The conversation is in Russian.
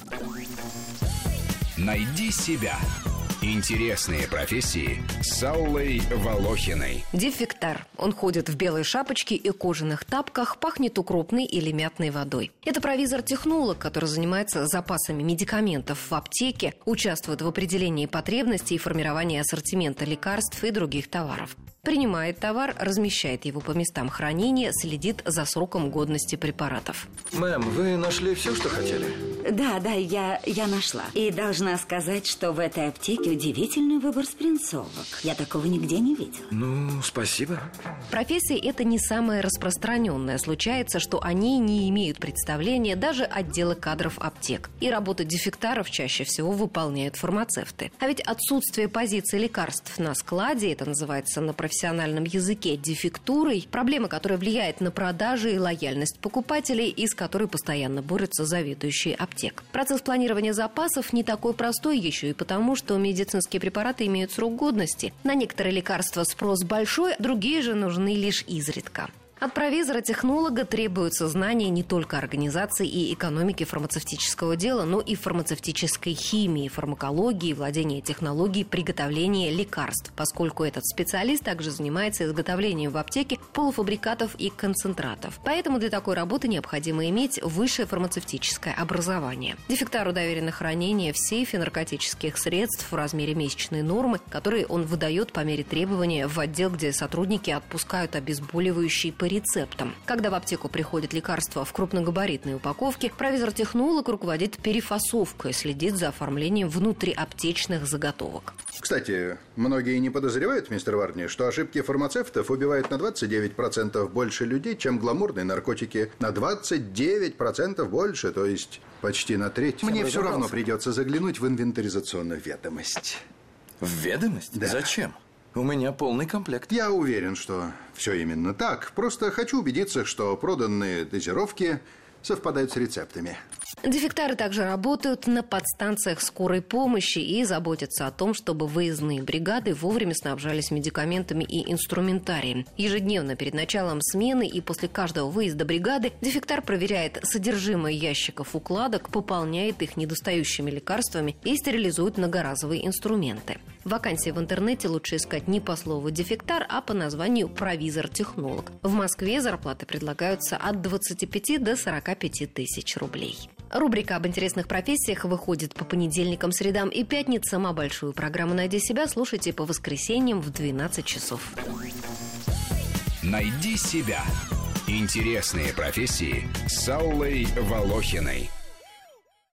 Найди себя. Интересные профессии с Аллой Волохиной. Дефектар. Он ходит в белой шапочке и кожаных тапках, пахнет укропной или мятной водой. Это провизор-технолог, который занимается запасами медикаментов в аптеке, участвует в определении потребностей и формировании ассортимента лекарств и других товаров. Принимает товар, размещает его по местам хранения, следит за сроком годности препаратов. Мэм, вы нашли все, что хотели? Да, я нашла. И должна сказать, что в этой аптеке удивительный выбор спринцовок. Я такого нигде не видела. Ну, спасибо. Профессия эта не самая распространенная. Случается, что о ней не имеют представления даже отделы кадров аптек. И работу дефектаров чаще всего выполняют фармацевты. А ведь отсутствие позиции лекарств на складе, это называется на профессиональном языке дефектурой, проблема, которая влияет на продажи и лояльность покупателей, и с которой постоянно борются заведующие аптек. Процесс планирования запасов не такой простой еще и потому, что медицинские препараты имеют срок годности. На некоторые лекарства спрос большой, другие же нужны лишь изредка. От провизора-технолога требуются знания не только организации и экономики фармацевтического дела, но и фармацевтической химии, фармакологии, владения технологией приготовления лекарств, поскольку этот специалист также занимается изготовлением в аптеке полуфабрикатов и концентратов. Поэтому для такой работы необходимо иметь высшее фармацевтическое образование. Дефектару доверено хранение в сейфе наркотических средств в размере месячной нормы, которые он выдает по мере требования в отдел, где сотрудники отпускают обезболивающие по рецептам. Когда в аптеку приходит лекарство в крупногабаритной упаковке, провизор-технолог руководит перефасовкой, следит за оформлением внутриаптечных заготовок. Кстати, многие не подозревают, мистер Варни, что ошибки фармацевтов убивают на 29% больше людей, чем гламурные наркотики. На 29% больше, то есть почти на треть. Мне все равно придется заглянуть в инвентаризационную ведомость. В ведомость? Да. Зачем? У меня полный комплект. Я уверен, что все именно так. Просто хочу убедиться, что проданные дозировки совпадают с рецептами. Дефектары также работают на подстанциях скорой помощи и заботятся о том, чтобы выездные бригады вовремя снабжались медикаментами и инструментарием. Ежедневно перед началом смены и после каждого выезда бригады дефектар проверяет содержимое ящиков укладок, пополняет их недостающими лекарствами и стерилизует многоразовые инструменты. Вакансии в интернете лучше искать не по слову «дефектар», а по названию «провизор-технолог». В Москве зарплаты предлагаются от 25 до 45 тысяч рублей. Рубрика об интересных профессиях выходит по понедельникам, средам и пятницам, а большую программу «Найди себя» слушайте по воскресеньям в 12 часов. Найди себя. Интересные профессии с Аллой Волохиной.